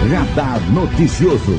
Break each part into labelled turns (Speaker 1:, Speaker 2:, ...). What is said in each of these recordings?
Speaker 1: Radar Noticioso.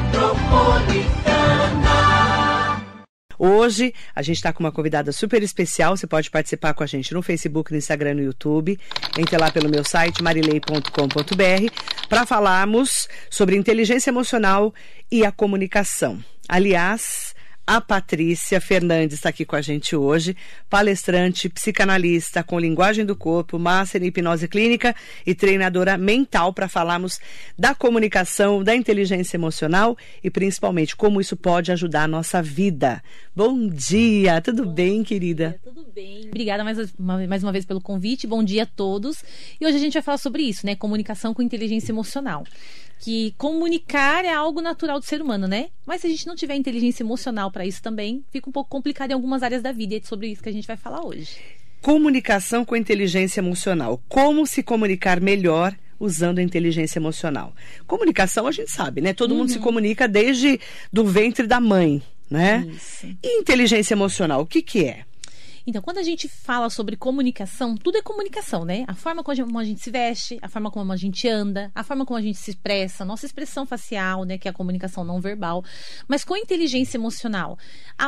Speaker 2: Hoje a gente está com uma convidada super especial. Você pode participar com a gente no Facebook, no Instagram, no YouTube. Entre lá pelo meu site marilei.com.br para falarmos sobre inteligência emocional e a comunicação. Aliás, a Patrícia Fernandes está aqui com a gente hoje, palestrante, psicanalista com linguagem do corpo, master em hipnose clínica e treinadora mental, para falarmos da comunicação, da inteligência emocional e principalmente como isso pode ajudar a nossa vida. Bom dia, tudo bem, querida?
Speaker 3: Tudo bem. Obrigada mais uma vez pelo convite, bom dia a todos. E hoje a gente vai falar sobre isso, né? Comunicação com inteligência emocional. Que comunicar é algo natural do ser humano, né? Mas se a gente não tiver inteligência emocional para isso também, fica um pouco complicado em algumas áreas da vida. E é sobre isso que a gente vai falar hoje.
Speaker 2: Comunicação com inteligência emocional. Como se comunicar melhor usando a inteligência emocional? Comunicação a gente sabe, né? Todo mundo se comunica desde do ventre da mãe, né?
Speaker 3: Isso.
Speaker 2: E inteligência emocional, o que é?
Speaker 3: Então, quando a gente fala sobre comunicação, tudo é comunicação, né? A forma como a gente se veste, a forma como a gente anda, a forma como a gente se expressa, nossa expressão facial, né? Que é a comunicação não verbal. Mas com inteligência emocional,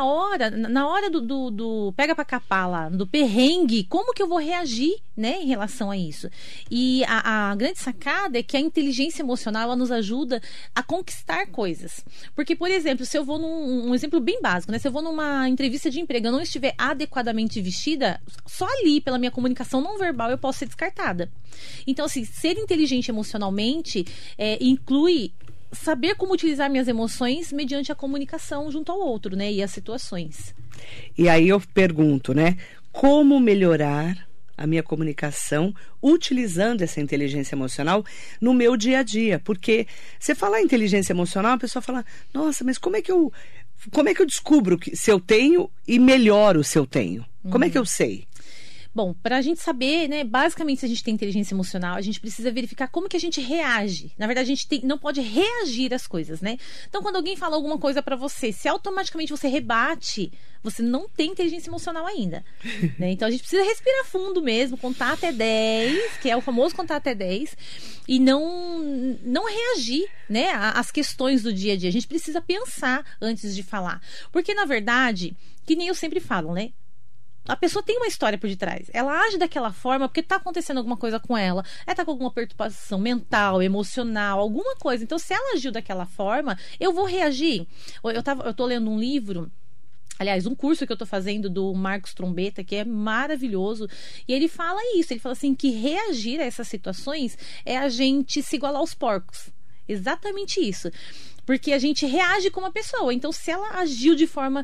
Speaker 3: na hora do pega pra capar lá, do perrengue, como que eu vou reagir, né? Em relação a isso. E a grande sacada é que a inteligência emocional, ela nos ajuda a conquistar coisas. Porque, por exemplo, se eu vou um exemplo bem básico, né? Se eu vou numa entrevista de emprego, eu não estiver adequadamente vestida, só ali, pela minha comunicação não verbal, eu posso ser descartada. Então, assim, ser inteligente emocionalmente inclui saber como utilizar minhas emoções mediante a comunicação junto ao outro, né? E as situações.
Speaker 2: E aí eu pergunto, né? Como melhorar a minha comunicação utilizando essa inteligência emocional no meu dia a dia? Porque você falar inteligência emocional, a pessoa fala, nossa, mas como é que eu descubro se eu tenho e melhoro se eu tenho? Como é que eu sei?
Speaker 3: Bom, para a gente saber, né, basicamente, se a gente tem inteligência emocional, a gente precisa verificar como que a gente reage. Na verdade, a gente não pode reagir às coisas, né? Então, quando alguém fala alguma coisa para você, se automaticamente você rebate, você não tem inteligência emocional ainda, né? Então, a gente precisa respirar fundo mesmo, contar até 10, que é o famoso contar até 10, e não reagir, né, às questões do dia a dia. A gente precisa pensar antes de falar. Porque, na verdade, que nem eu sempre falo, né? A pessoa tem uma história por detrás. Ela age daquela forma porque está acontecendo alguma coisa com ela. Ela está com alguma perturbação mental, emocional, alguma coisa. Então, se ela agiu daquela forma, eu vou reagir. Eu tô lendo um livro, aliás, um curso que eu tô fazendo do Marcos Trombetta, que é maravilhoso. E ele fala isso. Ele fala assim, que reagir a essas situações é a gente se igualar aos porcos. Exatamente isso. Porque a gente reage como uma pessoa. Então, se ela agiu de forma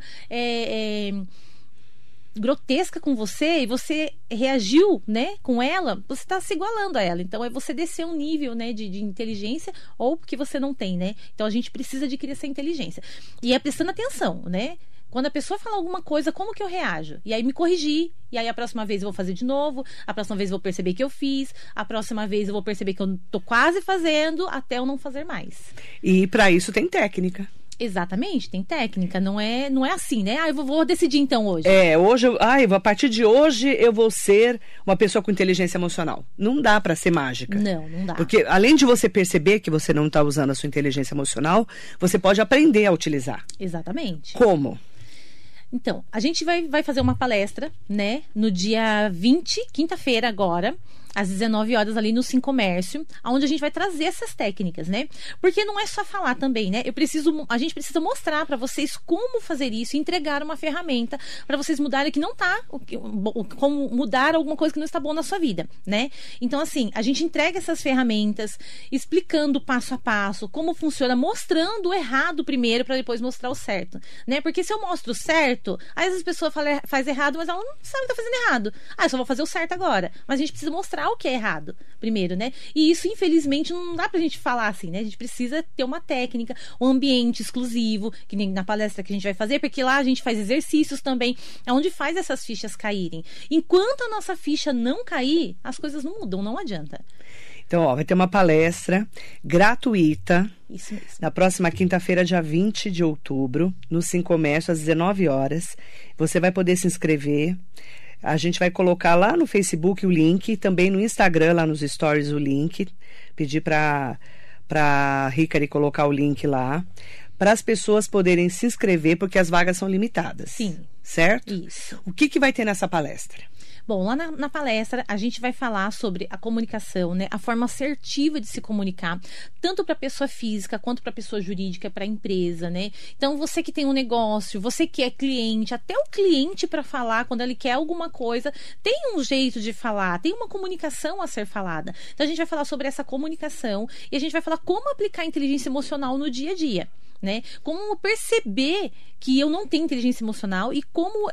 Speaker 3: grotesca com você e você reagiu, né, com ela, você está se igualando a ela. Então é você descer um nível, né, de inteligência, ou porque você não tem, né? Então a gente precisa adquirir essa inteligência. E é prestando atenção, né? Quando a pessoa fala alguma coisa, como que eu reajo? E aí me corrigir. E aí a próxima vez eu vou fazer de novo. A próxima vez eu vou perceber que eu fiz. A próxima vez eu vou perceber que eu tô quase fazendo, até eu não fazer mais.
Speaker 2: E para isso tem técnica.
Speaker 3: Exatamente, tem técnica, não é assim, né? Eu vou decidir então hoje.
Speaker 2: A partir de hoje eu vou ser uma pessoa com inteligência emocional. Não dá para ser mágica.
Speaker 3: Não dá.
Speaker 2: Porque além de você perceber que você não está usando a sua inteligência emocional, você pode aprender a utilizar.
Speaker 3: Exatamente.
Speaker 2: Como?
Speaker 3: Então, a gente vai fazer uma palestra, né? No dia 20, quinta-feira agora, às 19 horas ali no Sim Comércio, onde a gente vai trazer essas técnicas, né? Porque não é só falar também, né? A gente precisa mostrar para vocês como fazer isso, entregar uma ferramenta para vocês mudarem que não tá, como mudar alguma coisa que não está bom na sua vida, né? Então, assim, a gente entrega essas ferramentas, explicando passo a passo como funciona, mostrando o errado primeiro para depois mostrar o certo, né? Porque se eu mostro o certo, aí as pessoas faz errado, mas ela não sabe que tá fazendo errado. Eu só vou fazer o certo agora. Mas a gente precisa mostrar o que é errado primeiro, né? E isso, infelizmente, não dá pra gente falar assim, né? A gente precisa ter uma técnica, um ambiente exclusivo, que nem na palestra que a gente vai fazer, porque lá a gente faz exercícios também, onde faz essas fichas caírem. Enquanto a nossa ficha não cair, as coisas não mudam, não adianta.
Speaker 2: Então, vai ter uma palestra gratuita.
Speaker 3: Isso mesmo.
Speaker 2: Na próxima quinta-feira, dia 20 de outubro, no Sim Comércio, às 19 horas. Você vai poder se inscrever. A gente vai colocar lá no Facebook o link, também no Instagram, lá nos stories, o link. Pedir para para a Hickory colocar o link lá, para as pessoas poderem se inscrever, porque as vagas são limitadas.
Speaker 3: Sim.
Speaker 2: Certo?
Speaker 3: Isso.
Speaker 2: O que vai ter nessa palestra?
Speaker 3: Bom, lá na palestra a gente vai falar sobre a comunicação, né? A forma assertiva de se comunicar, tanto para a pessoa física quanto para a pessoa jurídica, para a empresa, né? Então, você que tem um negócio, você que é cliente, até o cliente para falar, quando ele quer alguma coisa, tem um jeito de falar, tem uma comunicação a ser falada. Então, a gente vai falar sobre essa comunicação e a gente vai falar como aplicar a inteligência emocional no dia a dia. Né? Como perceber que eu não tenho inteligência emocional e como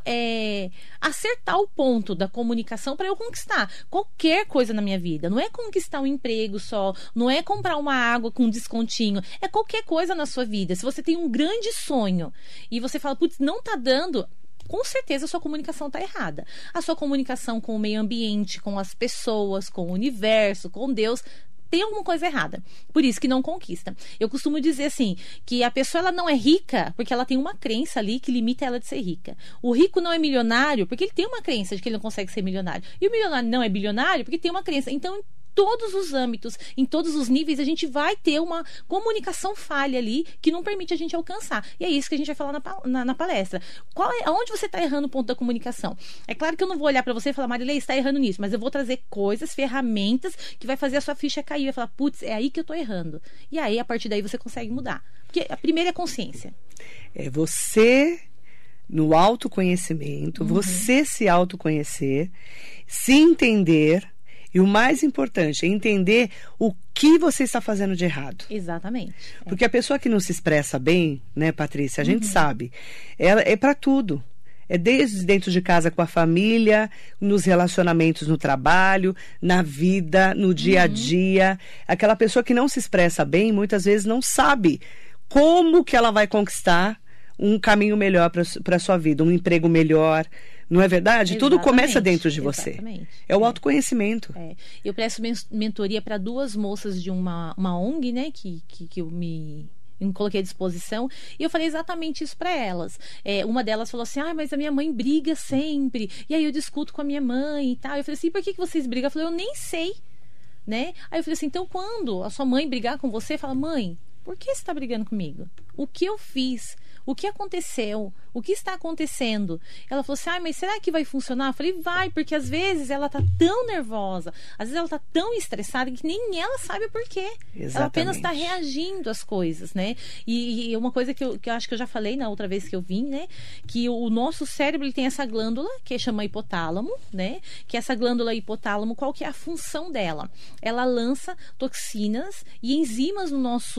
Speaker 3: acertar o ponto da comunicação para eu conquistar qualquer coisa na minha vida. Não é conquistar um emprego só, não é comprar uma água com descontinho, é qualquer coisa na sua vida. Se você tem um grande sonho e você fala, putz, não tá dando, com certeza a sua comunicação está errada. A sua comunicação com o meio ambiente, com as pessoas, com o universo, com Deus, tem alguma coisa errada. Por isso que não conquista. Eu costumo dizer assim, que a pessoa ela não é rica porque ela tem uma crença ali que limita ela de ser rica. O rico não é milionário porque ele tem uma crença de que ele não consegue ser milionário. E o milionário não é bilionário porque tem uma crença. Então, todos os âmbitos, em todos os níveis, a gente vai ter uma comunicação falha ali que não permite a gente alcançar. E é isso que a gente vai falar na palestra. Aonde você está errando o ponto da comunicação? É claro que eu não vou olhar para você e falar, Marilei, você está errando nisso, mas eu vou trazer coisas, ferramentas que vai fazer a sua ficha cair. Vai falar, putz, é aí que eu estou errando. E aí, a partir daí, você consegue mudar. Porque a primeira é consciência.
Speaker 2: É você, no autoconhecimento, você se autoconhecer, se entender. E o mais importante é entender o que você está fazendo de errado.
Speaker 3: Exatamente.
Speaker 2: Porque a pessoa que não se expressa bem, né, Patrícia, a gente sabe, ela é para tudo. É desde dentro de casa com a família, nos relacionamentos no trabalho, na vida, no dia a dia. Aquela pessoa que não se expressa bem, muitas vezes não sabe como que ela vai conquistar um caminho melhor para a sua vida, um emprego melhor. Não é verdade? Tudo começa dentro de você.
Speaker 3: Exatamente.
Speaker 2: É o autoconhecimento.
Speaker 3: Eu presto mentoria para 2 moças de uma ONG, né? Que eu me coloquei à disposição. E eu falei exatamente isso para elas. Uma delas falou assim, mas a minha mãe briga sempre. E aí eu discuto com a minha mãe e tal. Eu falei assim, por que vocês brigam? Eu falei, eu nem sei. Né? Aí eu falei assim, então quando a sua mãe brigar com você, fala, mãe, por que você está brigando comigo? O que eu fiz? O que aconteceu? O que está acontecendo? Ela falou assim, mas será que vai funcionar? Eu falei, vai, porque às vezes ela tá tão nervosa, às vezes ela tá tão estressada que nem ela sabe por quê.
Speaker 2: Exatamente.
Speaker 3: Ela apenas está reagindo às coisas, né? E uma coisa que eu acho que eu já falei na outra vez que eu vim, né? Que o nosso cérebro ele tem essa glândula que chama hipotálamo, né? Que essa glândula hipotálamo, qual que é a função dela? Ela lança toxinas e enzimas nas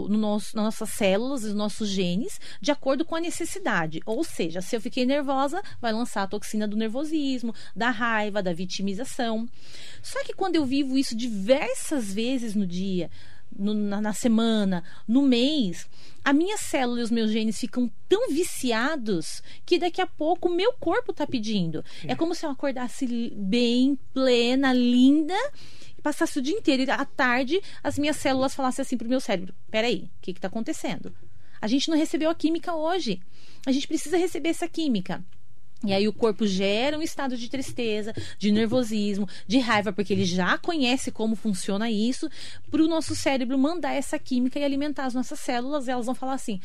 Speaker 3: nossas células, nos nossos genes, de acordo com a necessidade. Ou seja, se eu fiquei nervosa, vai lançar a toxina do nervosismo, da raiva, da vitimização. Só que quando eu vivo isso diversas vezes no dia, na semana, no mês, a minha célula e os meus genes ficam tão viciados que daqui a pouco o meu corpo está pedindo. É como se eu acordasse bem, plena, linda, passasse o dia inteiro e à tarde as minhas células falassem assim pro meu cérebro, peraí, o que está acontecendo? A gente não recebeu a química hoje. A gente precisa receber essa química. E aí o corpo gera um estado de tristeza, de nervosismo, de raiva, porque ele já conhece como funciona isso, para o nosso cérebro mandar essa química e alimentar as nossas células. Elas vão falar assim,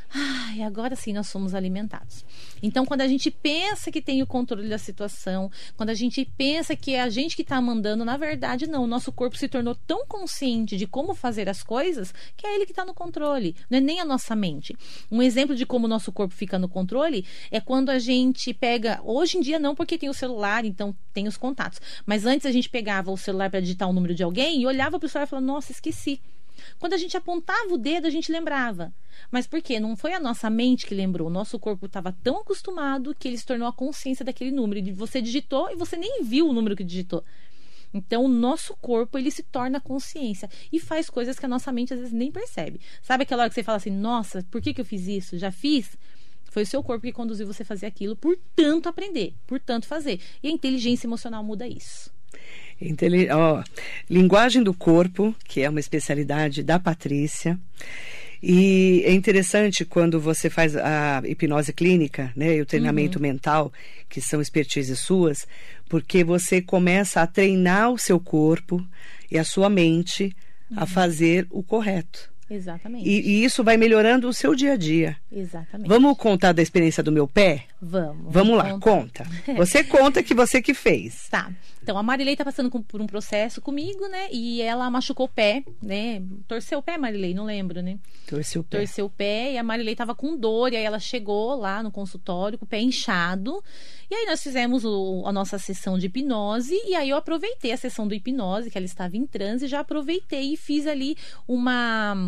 Speaker 3: agora sim nós somos alimentados. Então, quando a gente pensa que tem o controle da situação, quando a gente pensa que é a gente que está mandando, na verdade não, o nosso corpo se tornou tão consciente de como fazer as coisas, que é ele que está no controle, não é nem a nossa mente. Um exemplo de como o nosso corpo fica no controle é quando a gente pega, hoje em dia não, porque tem o celular, então tem os contatos, mas antes a gente pegava o celular para digitar o número de alguém e olhava para o celular e falava, nossa, esqueci. Quando a gente apontava o dedo, a gente lembrava. Mas por quê? Não foi a nossa mente que lembrou. O nosso corpo estava tão acostumado que ele se tornou a consciência daquele número. E você digitou e você nem viu o número que digitou. Então, o nosso corpo, ele se torna consciência. E faz coisas que a nossa mente, às vezes, nem percebe. Sabe aquela hora que você fala assim, nossa, por que eu fiz isso? Já fiz? Foi o seu corpo que conduziu você a fazer aquilo, por tanto aprender, por tanto fazer. E a inteligência emocional muda isso.
Speaker 2: Linguagem do corpo, que é uma especialidade da Patrícia. E é interessante quando você faz a hipnose clínica, né, e o treinamento mental, que são expertises suas, porque você começa a treinar o seu corpo e a sua mente a fazer o correto.
Speaker 3: Exatamente.
Speaker 2: E isso vai melhorando o seu dia a dia.
Speaker 3: Exatamente.
Speaker 2: Vamos contar da experiência do meu pé? Vamos lá, conta. Você conta que você que fez.
Speaker 3: Tá. Então, a Marilei tá passando por um processo comigo, né? E ela machucou o pé, né? Torceu o pé, Marilei? Não lembro, né?
Speaker 2: Torceu o pé.
Speaker 3: Torceu o pé e a Marilei tava com dor. E aí ela chegou lá no consultório com o pé inchado. E aí nós fizemos a nossa sessão de hipnose. E aí eu aproveitei a sessão do hipnose, que ela estava em transe. Já aproveitei e fiz ali uma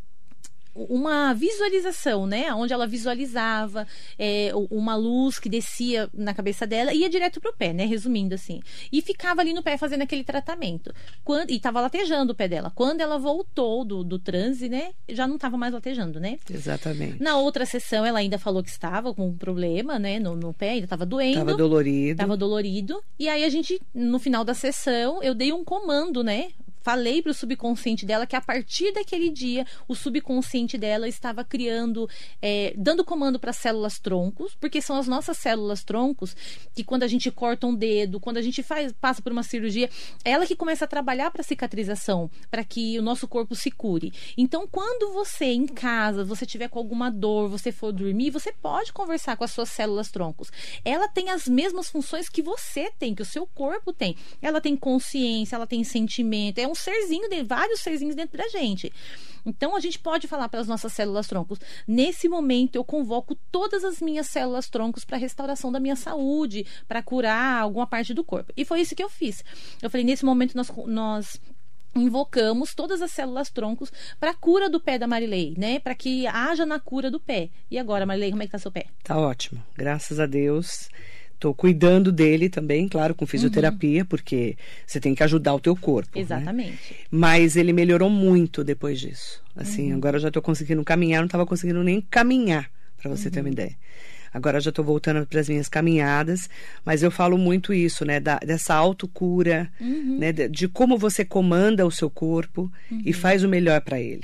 Speaker 3: visualização, né? Onde ela visualizava uma luz que descia na cabeça dela e ia direto pro pé, né? Resumindo assim. E ficava ali no pé fazendo aquele tratamento. E tava latejando o pé dela. Quando ela voltou do transe, né? Já não tava mais latejando, né?
Speaker 2: Exatamente.
Speaker 3: Na outra sessão, ela ainda falou que estava com um problema, né? No pé, ainda tava doendo.
Speaker 2: Tava dolorido.
Speaker 3: E aí a gente, no final da sessão, eu dei um comando, né? Falei para o subconsciente dela que a partir daquele dia o subconsciente dela estava criando, dando comando para as células troncos, porque são as nossas células troncos que quando a gente corta um dedo, quando a gente passa por uma cirurgia, é ela que começa a trabalhar para a cicatrização, para que o nosso corpo se cure. Então, quando você em casa, você tiver com alguma dor, você for dormir, você pode conversar com as suas células troncos. Ela tem as mesmas funções que você tem, que o seu corpo tem. Ela tem consciência, ela tem sentimento, um serzinho, vários serzinhos dentro da gente. Então, a gente pode falar para as nossas células troncos. Nesse momento, eu convoco todas as minhas células troncos para a restauração da minha saúde, para curar alguma parte do corpo. E foi isso que eu fiz. Eu falei, nesse momento, nós invocamos todas as células troncos para a cura do pé da Marilei, né? Para que haja na cura do pé. E agora, Marilei, como é que tá seu pé?
Speaker 2: Tá ótimo. Graças a Deus. Estou cuidando dele também, claro, com fisioterapia, porque você tem que ajudar o teu corpo.
Speaker 3: Exatamente.
Speaker 2: Né? Mas ele melhorou muito depois disso. Assim, agora eu já estou conseguindo caminhar, não estava conseguindo nem caminhar, para você ter uma ideia. Agora eu já estou voltando para as minhas caminhadas, mas eu falo muito isso, né? Dessa autocura, né? De como você comanda o seu corpo e faz o melhor para ele.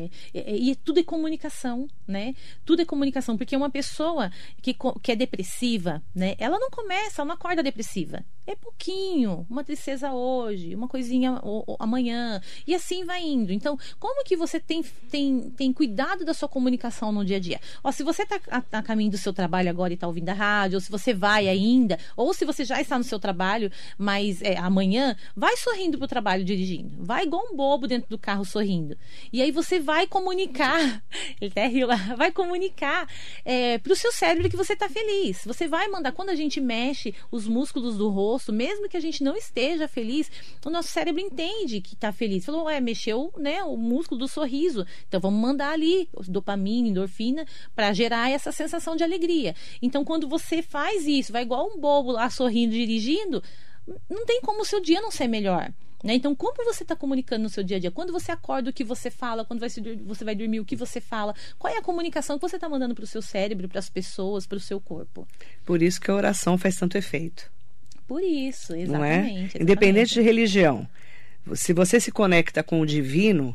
Speaker 3: E tudo é comunicação, né? Tudo é comunicação, porque uma pessoa que é depressiva, né? Ela não acorda depressiva. É pouquinho, uma tristeza hoje, uma coisinha amanhã, e assim vai indo. Então, como que você tem cuidado da sua comunicação no dia a dia? Se você está a caminho do seu trabalho agora e está ouvindo a rádio, ou se você vai ainda, ou se você já está no seu trabalho, mas amanhã, vai sorrindo para o trabalho dirigindo. Vai igual um bobo dentro do carro sorrindo. E aí você vai comunicar, ele até riu lá, vai comunicar para o seu cérebro que você está feliz. Você vai mandar, quando a gente mexe os músculos do rosto, mesmo que a gente não esteja feliz, o nosso cérebro entende que está feliz. Falou, mexeu, né, o músculo do sorriso. Então vamos mandar ali dopamina, endorfina, para gerar essa sensação de alegria. Então quando você faz isso, vai igual um bobo lá sorrindo, dirigindo, não tem como o seu dia não ser melhor. Né? Então, como você está comunicando no seu dia a dia? Quando você acorda, o que você fala? Quando você vai dormir, o que você fala? Qual é a comunicação que você está mandando para o seu cérebro, para as pessoas, para o seu corpo?
Speaker 2: Por isso que a oração faz tanto efeito.
Speaker 3: Por isso, exatamente.
Speaker 2: Não é? Independente de religião. Se você se conecta com o divino,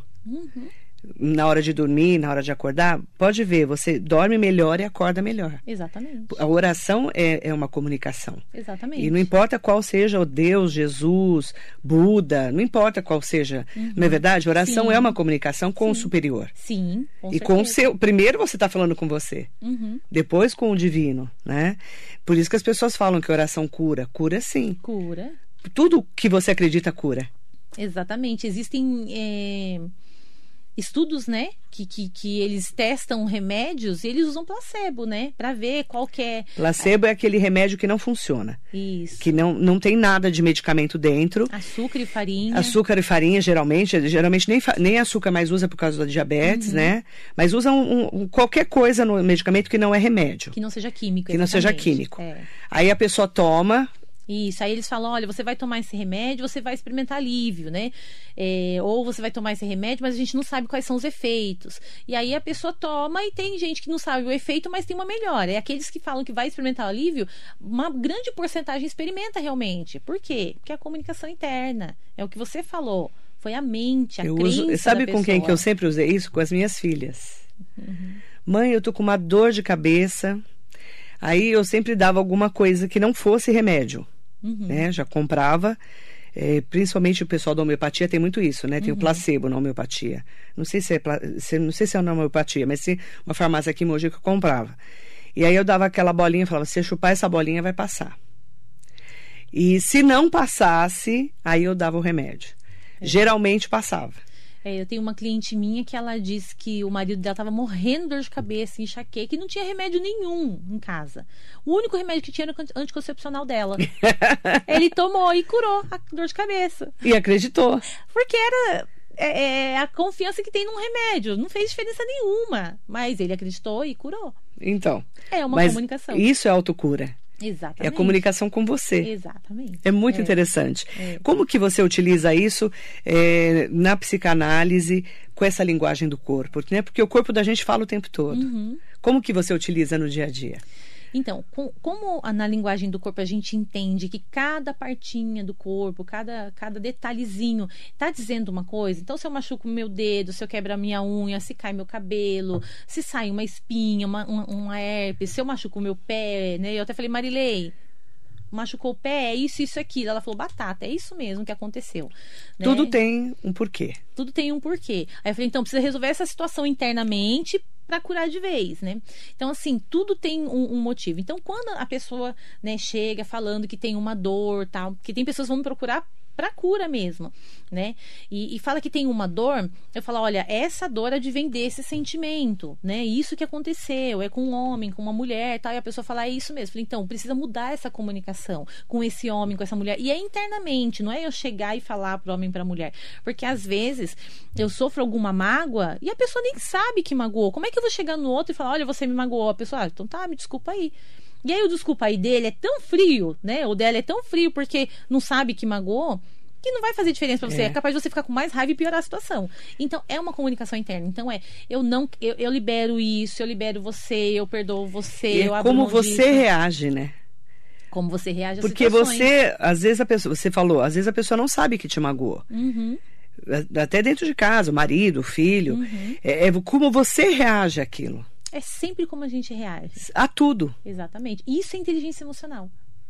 Speaker 2: na hora de dormir, na hora de acordar, pode ver, você dorme melhor e acorda melhor.
Speaker 3: Exatamente.
Speaker 2: A oração é uma comunicação.
Speaker 3: Exatamente.
Speaker 2: E não importa qual seja o Deus, Jesus, Buda, não importa qual seja. Não é verdade? A oração é uma comunicação com o superior.
Speaker 3: Sim, com certeza.
Speaker 2: E com o seu... Primeiro você está falando com você. Depois com o divino, né? Por isso que as pessoas falam que a oração cura. Cura sim.
Speaker 3: Cura.
Speaker 2: Tudo que você acredita cura.
Speaker 3: Exatamente. Existem... estudos, né, que eles testam remédios e eles usam placebo, né, para ver qual que é...
Speaker 2: Placebo é aquele remédio que não funciona.
Speaker 3: Isso.
Speaker 2: Que não tem nada de medicamento dentro.
Speaker 3: Açúcar e farinha.
Speaker 2: Açúcar e farinha, geralmente nem açúcar mais usa por causa da diabetes, né, mas usa qualquer coisa no medicamento que não é remédio.
Speaker 3: Que não seja químico,
Speaker 2: que não seja químico.
Speaker 3: É.
Speaker 2: Aí a pessoa toma...
Speaker 3: Isso, aí eles falam, olha, você vai tomar esse remédio, você vai experimentar alívio, né? Ou você vai tomar esse remédio, mas a gente não sabe quais são os efeitos. E aí a pessoa toma e tem gente que não sabe o efeito, mas tem uma melhora. É aqueles que falam que vai experimentar alívio, uma grande porcentagem experimenta realmente. Por quê? Porque é a comunicação interna. É o que você falou. Foi a mente, a crença
Speaker 2: sabe
Speaker 3: da
Speaker 2: com quem
Speaker 3: pessoa.
Speaker 2: que eu sempre usei isso? Com as minhas filhas. Mãe, eu tô com uma dor de cabeça. Aí eu sempre dava alguma coisa que não fosse remédio. Né? Já comprava principalmente o pessoal da homeopatia tem muito isso, né? Tem o placebo na homeopatia. Não sei se é na homeopatia, mas sim uma farmácia aqui em Mogi que eu comprava. E aí eu dava aquela bolinha e falava, se chupar essa bolinha vai passar. E se não passasse, aí eu dava o remédio. Geralmente passava.
Speaker 3: Eu tenho uma cliente minha que ela disse que o marido dela estava morrendo de dor de cabeça, enxaqueca, e não tinha remédio nenhum em casa. O único remédio que tinha era o anticoncepcional dela. Ele tomou e curou a dor de cabeça.
Speaker 2: E acreditou.
Speaker 3: Porque era a confiança que tem num remédio. Não fez diferença nenhuma. Mas ele acreditou e curou.
Speaker 2: Então.
Speaker 3: É uma comunicação.
Speaker 2: Isso é autocura.
Speaker 3: Exatamente.
Speaker 2: É a comunicação com você.
Speaker 3: Exatamente.
Speaker 2: É muito interessante. Como que você utiliza isso na psicanálise com essa linguagem do corpo? Né? Porque o corpo da gente fala o tempo todo. Como que você utiliza no dia a dia?
Speaker 3: Então, como na linguagem do corpo a gente entende que cada partinha do corpo, cada detalhezinho está dizendo uma coisa. Então, se eu machuco meu dedo, se eu quebro a minha unha, se cai meu cabelo, se sai uma espinha, uma herpes, se eu machuco o meu pé, né? Eu até falei, Marilei, machucou o pé, é isso, isso, aquilo. Ela falou, batata, é isso mesmo que aconteceu. Né?
Speaker 2: Tudo tem um porquê.
Speaker 3: Tudo tem um porquê. Aí eu falei, então, precisa resolver essa situação internamente para curar de vez, né? Então, assim, tudo tem um motivo. Então, quando a pessoa, né, chega falando que tem uma dor, tal, porque tem pessoas que vão me procurar para cura mesmo, né? E fala que tem uma dor, eu falo, olha, essa dor advém desse sentimento, né? Isso que aconteceu, é com um homem, com uma mulher, tal, e a pessoa fala, é isso mesmo. Eu falei, então, precisa mudar essa comunicação com esse homem, com essa mulher, e é internamente, não é eu chegar e falar pro homem, pra mulher, porque às vezes eu sofro alguma mágoa e a pessoa nem sabe que magoou. Como é que eu vou chegar no outro e falar, olha, você me magoou? A pessoa, então tá, me desculpa aí. E aí o desculpa aí dele é tão frio, né? O dela é tão frio porque não sabe que magoou, que não vai fazer diferença pra você. É capaz de você ficar com mais raiva e piorar a situação. Então, é uma comunicação interna. Então, eu libero isso, eu libero você, eu perdoo você,
Speaker 2: e
Speaker 3: eu abro
Speaker 2: como
Speaker 3: mão
Speaker 2: você
Speaker 3: disso.
Speaker 2: reage, né?
Speaker 3: Como você reage às
Speaker 2: porque
Speaker 3: situações.
Speaker 2: você, às vezes a pessoa, você falou, às vezes a pessoa não sabe que te magoou. Até dentro de casa, o marido, o filho. Como você reage àquilo.
Speaker 3: É sempre como a gente reage.
Speaker 2: A tudo.
Speaker 3: Exatamente. Isso é inteligência emocional.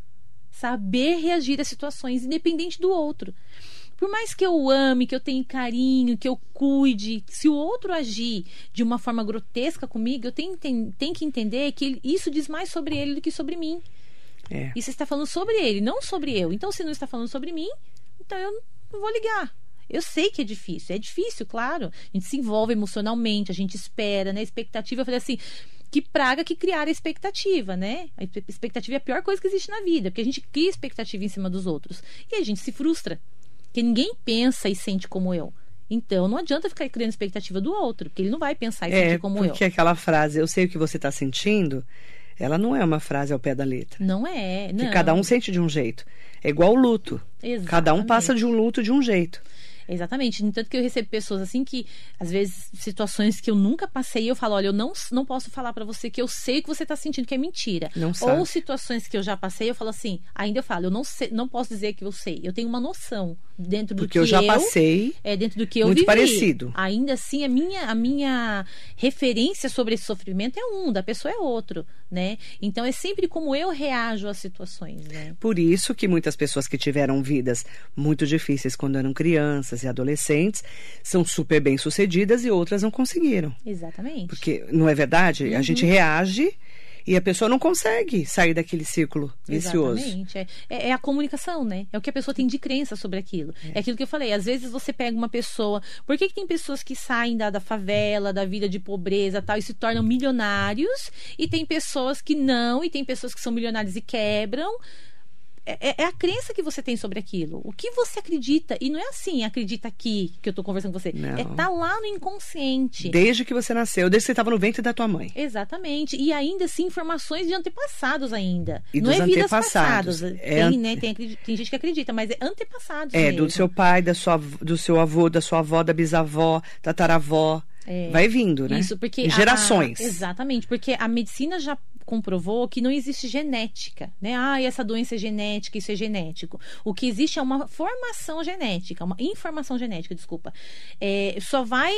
Speaker 3: Saber reagir a situações, independente do outro. Por mais que eu ame, que eu tenha carinho, que eu cuide, se o outro agir de uma forma grotesca comigo, eu tenho que entender que isso diz mais sobre ele do que sobre mim. Isso está falando sobre ele, não sobre eu. Então, se não está falando sobre mim, então eu não vou ligar. Eu sei que é difícil, claro. A gente se envolve emocionalmente, a gente espera, né? Expectativa, eu falei assim, que praga que criar a expectativa, né? A expectativa é a pior coisa que existe na vida, porque a gente cria expectativa em cima dos outros. E a gente se frustra, porque ninguém pensa e sente como eu. Então, não adianta ficar criando expectativa do outro, porque ele não vai pensar e sentir como eu.
Speaker 2: Porque aquela frase, eu sei o que você está sentindo, ela não é uma frase ao pé da letra.
Speaker 3: Não é, não.
Speaker 2: Porque cada um sente de um jeito. É igual o luto.
Speaker 3: Exatamente.
Speaker 2: Cada um passa de um luto de um jeito.
Speaker 3: Exatamente. No entanto que eu recebo pessoas assim que, às vezes, situações que eu nunca passei, eu falo, olha, eu não posso falar pra você que eu sei o que você tá sentindo, que é mentira.
Speaker 2: Não sabe.
Speaker 3: Ou situações que eu já passei, eu falo assim, ainda eu falo, eu não posso dizer que eu sei. Eu tenho uma noção dentro do
Speaker 2: porque
Speaker 3: que
Speaker 2: eu já passei.
Speaker 3: Dentro do que eu
Speaker 2: muito
Speaker 3: vivi.
Speaker 2: parecido.
Speaker 3: Ainda assim, a minha referência sobre esse sofrimento é da pessoa é outro, né? Então, é sempre como eu reajo às situações, né?
Speaker 2: Por isso que muitas pessoas que tiveram vidas muito difíceis quando eram crianças e adolescentes são super bem-sucedidas e outras não conseguiram.
Speaker 3: Exatamente.
Speaker 2: Porque, não é verdade? A gente reage e a pessoa não consegue sair daquele círculo vicioso.
Speaker 3: Exatamente. É a comunicação, né? É o que a pessoa tem de crença sobre aquilo. É aquilo que eu falei. Às vezes você pega uma pessoa... Por que tem pessoas que saem da favela, da vida de pobreza tal, e se tornam milionários? E tem pessoas que não, e tem pessoas que são milionários e quebram... É a crença que você tem sobre aquilo. O que você acredita. E não é assim, acredita aqui que eu tô conversando com você.
Speaker 2: Não.
Speaker 3: Tá lá no inconsciente.
Speaker 2: Desde que você nasceu, desde que você estava no ventre da tua mãe.
Speaker 3: Exatamente. E ainda assim, informações de antepassados ainda.
Speaker 2: E
Speaker 3: não
Speaker 2: dos
Speaker 3: é vidas
Speaker 2: antepassados.
Speaker 3: passadas. Tem gente que acredita, mas é antepassados mesmo.
Speaker 2: Do seu pai, do seu avô, da sua avó, da bisavó, tataravó. Vai vindo, né?
Speaker 3: Isso, porque
Speaker 2: gerações.
Speaker 3: Exatamente, porque a medicina já comprovou que não existe genética, né? Ah, essa doença é genética, isso é genético. O que existe é uma formação genética, uma informação genética, desculpa. Só vai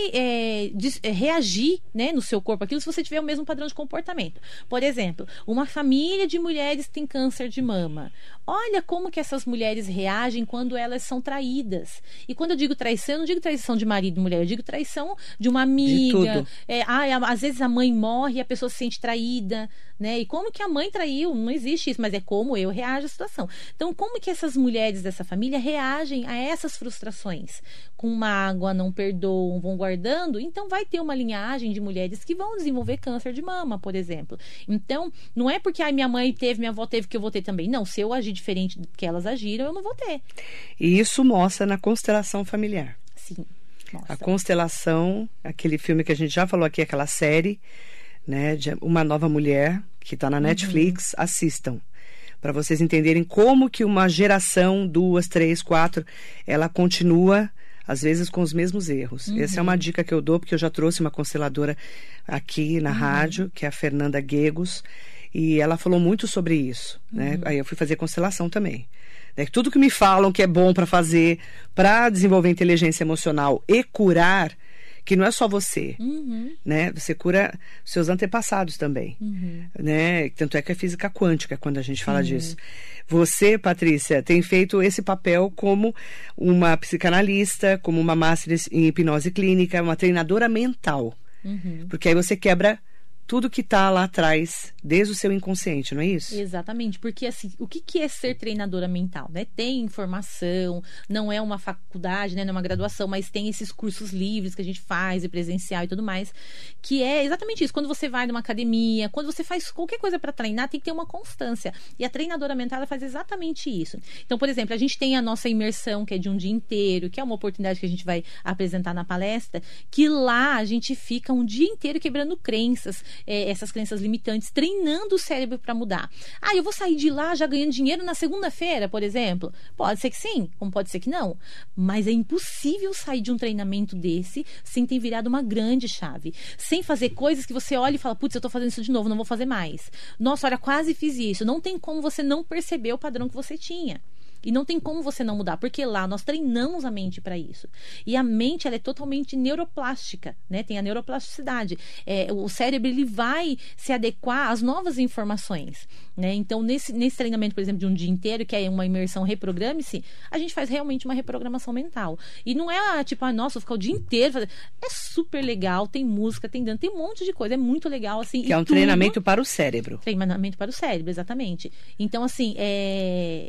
Speaker 3: reagir, né, no seu corpo aquilo se você tiver o mesmo padrão de comportamento. Por exemplo, uma família de mulheres tem câncer de mama. Olha como que essas mulheres reagem quando elas são traídas. E quando eu digo traição, eu não digo traição de marido e mulher, eu digo traição de uma amiga. Às vezes a mãe morre e a pessoa se sente traída, né? E como que a mãe traiu? Não existe isso, mas é como eu reajo à situação. Então, como que essas mulheres dessa família reagem a essas frustrações? Com mágoa, não perdoam, vão guardando? Então, vai ter uma linhagem de mulheres que vão desenvolver câncer de mama, por exemplo. Então, não é porque minha mãe teve, minha avó teve, que eu vou ter também. Não, se eu agir diferente do que elas agiram, eu não vou ter.
Speaker 2: E isso mostra na constelação familiar.
Speaker 3: Sim. Nossa.
Speaker 2: A constelação, aquele filme que a gente já falou aqui, aquela série, né, de Uma Nova Mulher, que está na Netflix, assistam. Para vocês entenderem como que uma geração, 2, 3, 4, ela continua, às vezes, com os mesmos erros. Essa é uma dica que eu dou, porque eu já trouxe uma consteladora aqui na rádio, que é a Fernanda Guegos, e ela falou muito sobre isso, né? Aí eu fui fazer constelação também. Tudo que me falam que é bom para fazer, para desenvolver inteligência emocional e curar, que não é só você, né? Você cura seus antepassados também, né? Tanto é que é física quântica quando a gente fala disso. Você, Patrícia, tem feito esse papel como uma psicanalista, como uma master em hipnose clínica, uma treinadora mental. Porque aí você quebra tudo que está lá atrás, desde o seu inconsciente, não é isso?
Speaker 3: Exatamente, porque assim, o que é ser treinadora mental, né? Tem informação, não é uma faculdade, né? Não é uma graduação, mas tem esses cursos livres que a gente faz, e presencial e tudo mais, que é exatamente isso. Quando você vai numa academia, quando você faz qualquer coisa para treinar, tem que ter uma constância. E a treinadora mental, ela faz exatamente isso. Então, por exemplo, a gente tem a nossa imersão, que é de um dia inteiro, que é uma oportunidade que a gente vai apresentar na palestra, que lá a gente fica um dia inteiro quebrando crenças, essas crenças limitantes, treinando o cérebro para mudar. Eu vou sair de lá já ganhando dinheiro na segunda-feira, por exemplo? Pode ser que sim, como pode ser que não. Mas é impossível sair de um treinamento desse sem ter virado uma grande chave. Sem fazer coisas que você olha e fala, putz, eu tô fazendo isso de novo, não vou fazer mais. Nossa, olha, quase fiz isso. Não tem como você não perceber o padrão que você tinha. E não tem como você não mudar, porque lá nós treinamos a mente para isso. E a mente, ela é totalmente neuroplástica, né? Tem a neuroplasticidade. O cérebro, ele vai se adequar às novas informações, né? Então, nesse treinamento, por exemplo, de um dia inteiro, que é uma imersão Reprograme-se, a gente faz realmente uma reprogramação mental. E não é tipo, nossa, vou ficar o dia inteiro fazendo. É super legal, tem música, tem dança, tem um monte de coisa. É muito legal, assim.
Speaker 2: Que é um treinamento para o cérebro.
Speaker 3: Treinamento para o cérebro, exatamente. Então, assim, é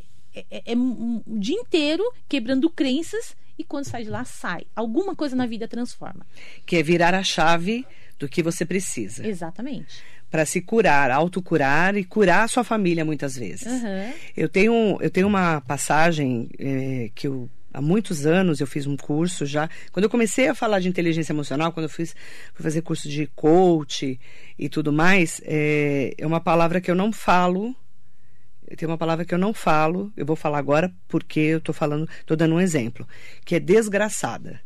Speaker 3: um dia inteiro quebrando crenças, e quando sai de lá, sai. Alguma coisa na vida transforma.
Speaker 2: Que é virar a chave do que você precisa.
Speaker 3: Exatamente.
Speaker 2: Para se curar, autocurar e curar a sua família muitas vezes. Eu tenho uma passagem que há muitos anos eu fiz um curso já. Quando eu comecei a falar de inteligência emocional, quando eu fui fazer curso de coach e tudo mais, é uma palavra que eu não falo. Tem uma palavra que eu não falo, eu vou falar agora porque eu tô dando um exemplo, que é desgraçada.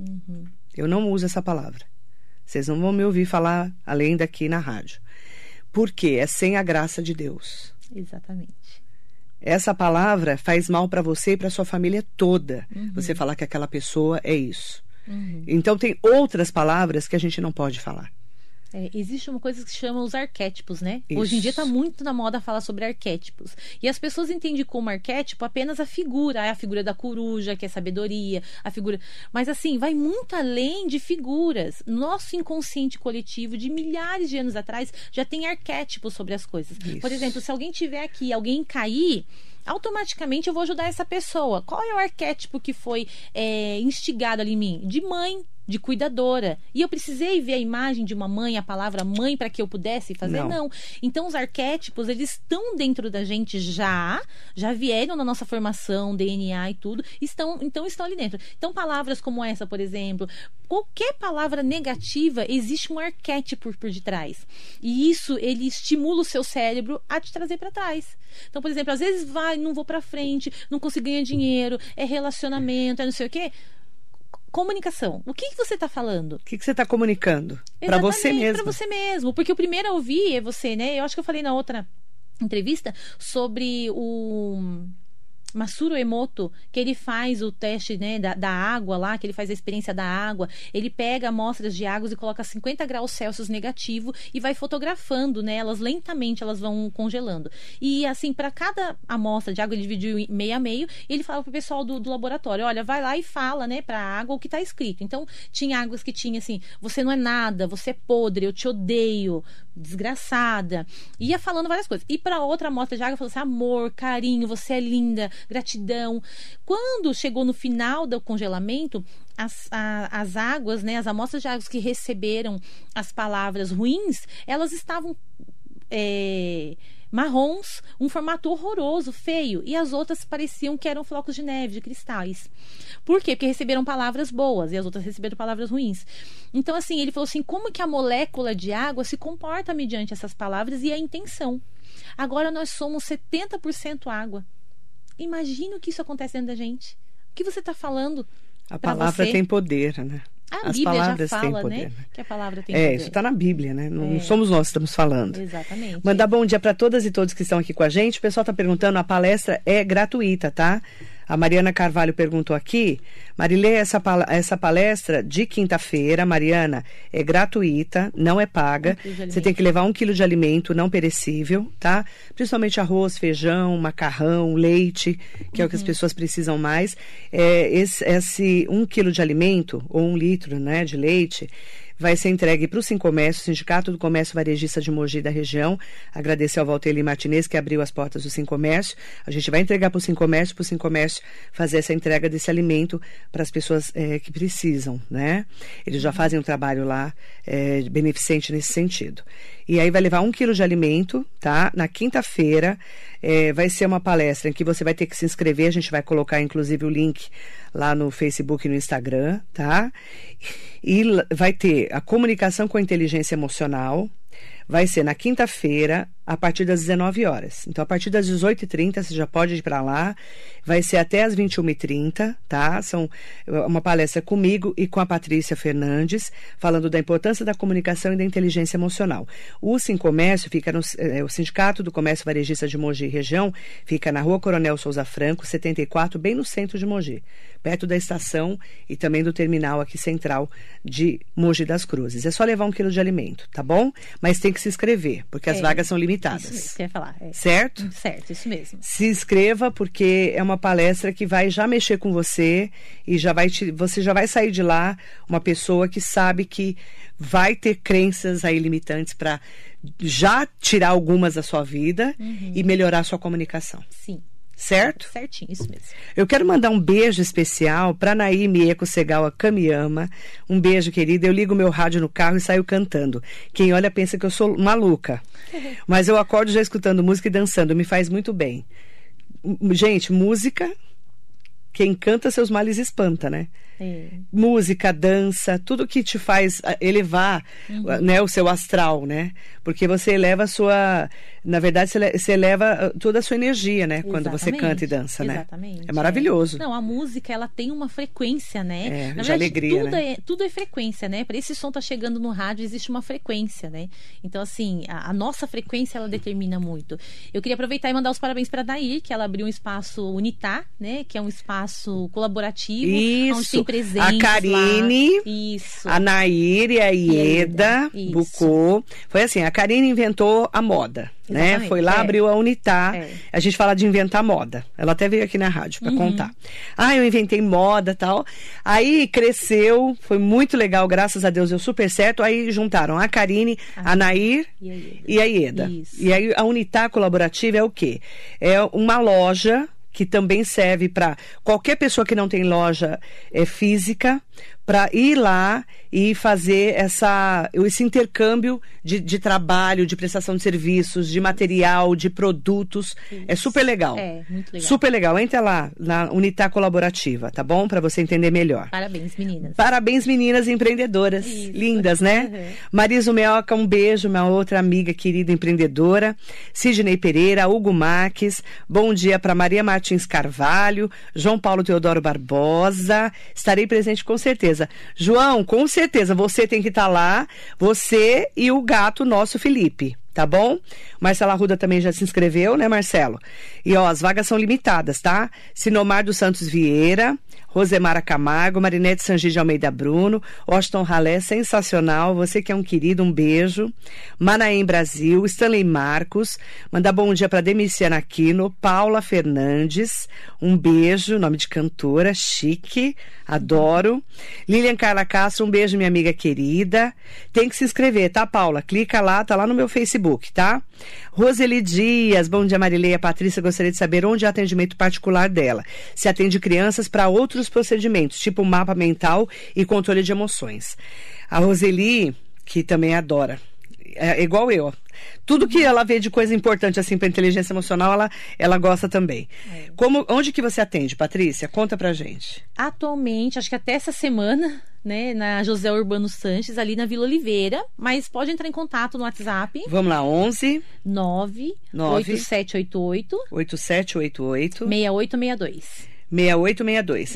Speaker 2: Eu não uso essa palavra. Vocês não vão me ouvir falar além daqui na rádio. Porque é sem a graça de Deus.
Speaker 3: Exatamente.
Speaker 2: Essa palavra faz mal para você e para sua família toda. Você falar que aquela pessoa é isso. Então tem outras palavras que a gente não pode falar.
Speaker 3: Existe uma coisa que se chama os arquétipos, né?
Speaker 2: Isso.
Speaker 3: Hoje em dia está muito na moda falar sobre arquétipos. E as pessoas entendem como arquétipo apenas a figura. A figura da coruja, que é sabedoria, a figura... Mas assim, vai muito além de figuras. Nosso inconsciente coletivo, de milhares de anos atrás, já tem arquétipos sobre as coisas.
Speaker 2: Isso.
Speaker 3: Por exemplo, se alguém tiver aqui, alguém cair, automaticamente eu vou ajudar essa pessoa. Qual é o arquétipo que foi instigado ali em mim? De mãe, de cuidadora. E eu precisei ver a imagem de uma mãe, a palavra mãe, para que eu pudesse fazer? Não. Então, os arquétipos, eles estão dentro da gente já vieram na nossa formação, DNA e tudo, então estão ali dentro. Então, palavras como essa, por exemplo, qualquer palavra negativa, existe um arquétipo por detrás. E isso, ele estimula o seu cérebro a te trazer para trás. Então, por exemplo, às vezes não vou para frente, não consigo ganhar dinheiro, é relacionamento, é não sei o quê. Comunicação. O que você está falando?
Speaker 2: O que você está comunicando? Para você mesmo.
Speaker 3: Para você mesmo. Porque o primeiro a ouvir é você, né? Eu acho que eu falei na outra entrevista sobre o Masaru Emoto, que ele faz o teste, né, da água lá, que ele faz a experiência da água. Ele pega amostras de águas e coloca 50 graus Celsius negativo e vai fotografando, né, elas lentamente, elas vão congelando. E assim, para cada amostra de água, ele dividiu meio a meio, e ele falava pro pessoal do laboratório, olha, vai lá e fala, né, pra água o que tá escrito. Então, tinha águas que tinha assim, você não é nada, você é podre, eu te odeio, desgraçada. Ia falando várias coisas. E para outra amostra de água, falou assim, amor, carinho, você é linda, gratidão. Quando chegou no final do congelamento, as águas, né, as amostras de águas que receberam as palavras ruins, elas estavam marrons, um formato horroroso, feio, e as outras pareciam que eram flocos de neve, de cristais. Por quê? Porque receberam palavras boas e as outras receberam palavras ruins. Então, assim, ele falou assim, como que a molécula de água se comporta mediante essas palavras e a intenção. Agora nós somos 70% água. Imagina o que isso acontece dentro da gente. O que você está falando?
Speaker 2: A palavra tem poder, né?
Speaker 3: A Bíblia já fala, né? Que a palavra tem poder.
Speaker 2: Isso está na Bíblia, né? Não somos nós que estamos falando.
Speaker 3: Exatamente.
Speaker 2: Mandar bom dia para todas e todos que estão aqui com a gente. O pessoal está perguntando, a palestra é gratuita, tá? A Mariana Carvalho perguntou aqui. Marilê, essa palestra de quinta-feira, Mariana, é gratuita, não é paga. Você tem que levar 1 quilo de alimento não perecível, tá? Principalmente arroz, feijão, macarrão, leite, que é o que as pessoas precisam mais. Esse 1 quilo de alimento, ou 1 litro, né, de leite, vai ser entregue para o Sincomércio, Sindicato do Comércio Varejista de Mogi da região. Agradecer ao Valteli Martinez, que abriu as portas do Sincomércio. A gente vai entregar para o Sincomércio fazer essa entrega desse alimento para as pessoas que precisam, né? Eles já fazem um trabalho lá beneficente nesse sentido. E aí vai levar 1 quilo de alimento, tá? Na quinta-feira vai ser uma palestra em que você vai ter que se inscrever. A gente vai colocar, inclusive, o link lá no Facebook e no Instagram, tá? E vai ter a comunicação com a inteligência emocional. Vai ser na quinta-feira, a partir das 19 horas. Então, a partir das 18h30, você já pode ir para lá. Vai ser até as 21h30, tá? São uma palestra comigo e com a Patrícia Fernandes, falando da importância da comunicação e da inteligência emocional. O Sincomércio fica o Sindicato do Comércio Varejista de Mogi região, fica na Rua Coronel Souza Franco, 74, bem no centro de Mogi, perto da estação e também do terminal aqui central de Mogi das Cruzes. É só levar 1 quilo de alimento, tá bom? Mas tem que se inscrever, porque as vagas são limitadas.
Speaker 3: Isso mesmo, quer falar.
Speaker 2: Certo?
Speaker 3: Certo, isso mesmo.
Speaker 2: Se inscreva, porque é uma palestra que vai já mexer com você e você já vai sair de lá uma pessoa que sabe que vai ter crenças aí limitantes para já tirar algumas da sua vida e melhorar a sua comunicação.
Speaker 3: Sim.
Speaker 2: Certo?
Speaker 3: Certinho, isso mesmo.
Speaker 2: Eu quero mandar um beijo especial para Naí Mieko Segawa Kamiyama. Um beijo, querida. Eu ligo meu rádio no carro e saio cantando. Quem olha pensa que eu sou maluca. Mas eu acordo já escutando música e dançando. Me faz muito bem. Gente, música, quem canta seus males espanta, né? Música, dança, tudo que te faz elevar, né, o seu astral, né? Porque você eleva a sua... Na verdade, você eleva toda a sua energia, né? Quando você canta e dança, né?
Speaker 3: Exatamente.
Speaker 2: É maravilhoso.
Speaker 3: Não, a música, ela tem uma frequência, né? Na verdade,
Speaker 2: alegria,
Speaker 3: tudo,
Speaker 2: né?
Speaker 3: Tudo é frequência, né? Para esse som tá chegando no rádio, existe uma frequência, né? Então, assim, a nossa frequência, ela determina muito. Eu queria aproveitar e mandar os parabéns para a Nair, que ela abriu um espaço Unitar, né? Que é um espaço colaborativo.
Speaker 2: Isso.
Speaker 3: Onde tem presentes
Speaker 2: a Karine,
Speaker 3: lá. Isso.
Speaker 2: A Nair e a Ieda Bucô. Foi assim, a Karine inventou a moda. Né? Foi lá, abriu a Unitar. A gente fala de inventar moda. Ela até veio aqui na rádio para contar. Eu inventei moda e tal. Aí cresceu, foi muito legal, graças a Deus deu super certo. Aí juntaram a Karine, a Nair e a Ieda. E aí a Unitar colaborativa é o quê? É uma loja que também serve para qualquer pessoa que não tem loja física, para ir lá e fazer esse intercâmbio de trabalho, de prestação de serviços, de material, de produtos. Isso. É super legal.
Speaker 3: É, muito legal.
Speaker 2: Super legal. Entra lá na Unitá Colaborativa, tá bom? Para você entender melhor.
Speaker 3: Parabéns, meninas.
Speaker 2: Parabéns, meninas empreendedoras.
Speaker 3: Isso. Lindas,
Speaker 2: né? Uhum. Marisa Meoca, um beijo, minha outra amiga querida empreendedora. Sidney Pereira, Hugo Marques. Bom dia para Maria Martins Carvalho, João Paulo Teodoro Barbosa. Estarei presente com certeza. João, com certeza, você tem que estar lá, você e o gato nosso Felipe, tá bom? Marcela Arruda também já se inscreveu, né, Marcelo? E ó, as vagas são limitadas, tá? Sinomar dos Santos Vieira, Rosemara Camargo, Marinete Sangi de Almeida Bruno, Washington Ralé, sensacional, você que é um querido, um beijo. Manaém Brasil, Stanley Marcos, mandar bom dia para Demiciana Aquino, Paula Fernandes, um beijo, nome de cantora, chique, adoro. Lilian Carla Castro, um beijo, minha amiga querida. Tem que se inscrever, tá, Paula? Clica lá, tá lá no meu Facebook, tá? Roseli Dias, bom dia, Marileia. Patrícia, gostaria de saber onde é o atendimento particular dela. Se atende crianças para outros procedimentos, tipo mapa mental e controle de emoções. A Roseli, que também adora, é igual eu. Tudo que ela vê de coisa importante assim para inteligência emocional, ela gosta também. Onde que você atende, Patrícia? Conta pra gente.
Speaker 3: Atualmente, acho que até essa semana, né, na José Urbano Sanches, ali na Vila Oliveira, mas pode entrar em contato no WhatsApp.
Speaker 2: Vamos lá, 11
Speaker 3: 8788 6862
Speaker 2: 6862.